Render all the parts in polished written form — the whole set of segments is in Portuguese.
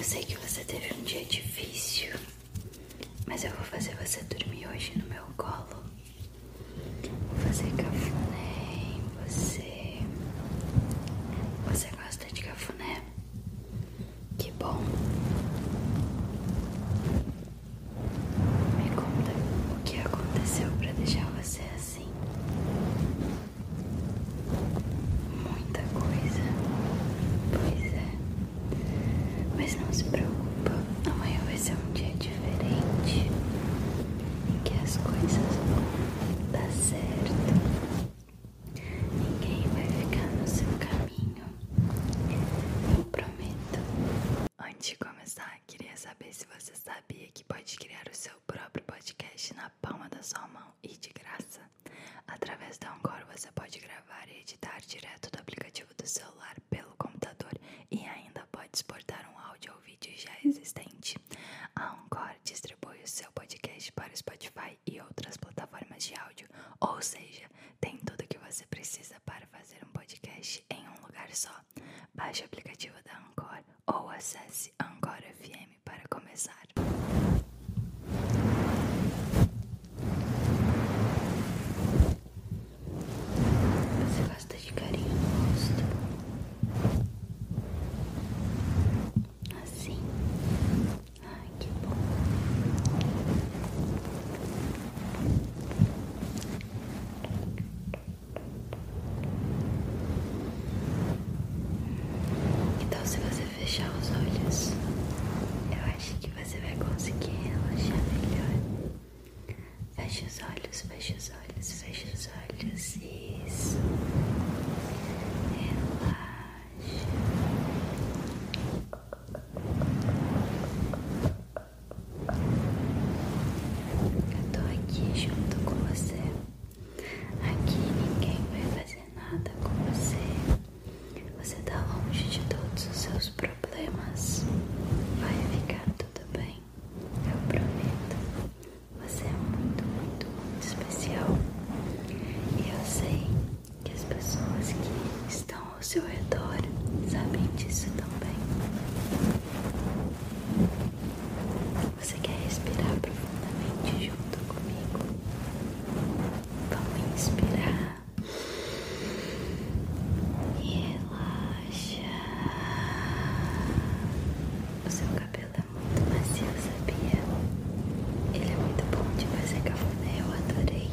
sei que você teve um dia difícil, mas eu vou fazer você dormir hoje no meu colo. Vou fazer cafuné em você. Você gosta de cafuné? Que bom. Me conta o que aconteceu pra deixar você assim. Muita coisa. Pois é. Mas não se preocupa, amanhã vai ser um dia diferente, em que as coisas vão dar certo. Ninguém vai ficar no seu caminho, eu prometo. Antes de começar, queria saber se você sabia que pode criar o seu próprio podcast na palma da sua mão e de graça. Através da Anchor você pode gravar e editar direto do aplicativo do celular pelo computador e ainda pode exportar um áudio ou vídeo já existente. A Anchor distribui o seu podcast para o Spotify e outras plataformas de áudio, ou seja, tem tudo o que você precisa para fazer um podcast em um lugar só. Baixe o aplicativo da Anchor ou acesse Anchor FM para começar. Você gosta de carinho no rosto? Assim? Ai, que bom. Então, se você fechar os olhos, eu acho que você vai conseguir relaxar melhor. Feche os olhos, feche os olhos, feche os olhos. Isso. Relaxa. Eu tô aqui junto com você. Aqui ninguém vai fazer nada com você. Você tá longe de todos os seus problemas. Vai ficar tudo bem. Eu prometo. Você é muito, muito, muito especial. E eu sei que as pessoas que estão ao seu redor sabem disso também. Você quer respirar profundamente junto comigo? Vamos inspirar e relaxa. O seu cabelo é muito macio, sabia? Ele é muito bom de fazer cafuné, eu adorei.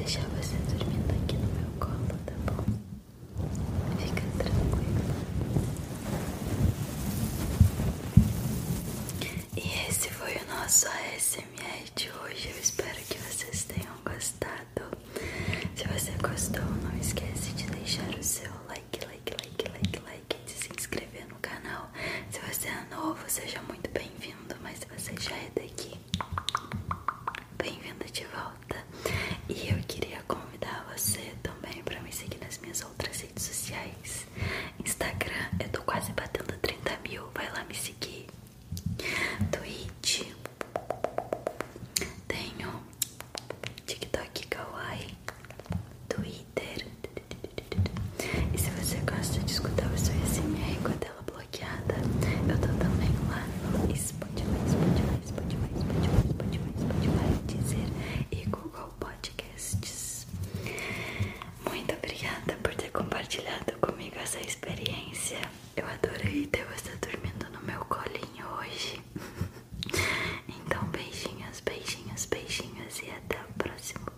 deixar você dormindo aqui no meu colo, tá bom? Fica tranquilo. E esse foi o nosso ASMR de hoje. Eu espero que vocês tenham gostado. Se você gostou, não esquece de deixar o seu like, de se inscrever no canal. Se você é novo, seja muito bem-vindo, mas se você já é daqui, bem-vindo de volta. E eu queria convidar você também para me seguir nas minhas outras redes sociais. Instagram, eu tô quase batendo 30 mil, vai lá me seguir. Twitch, tenho TikTok Kawaii, Twitter. E se você gosta de escutar o seu SMR com a tela bloqueada, eu tô também lá no Spotify, Deezer e Google Podcasts. Muito obrigada por ter compartilhado comigo essa experiência. Eu adorei ter você dormindo no meu colinho hoje. Então beijinhos, beijinhos, beijinhos e até o próximo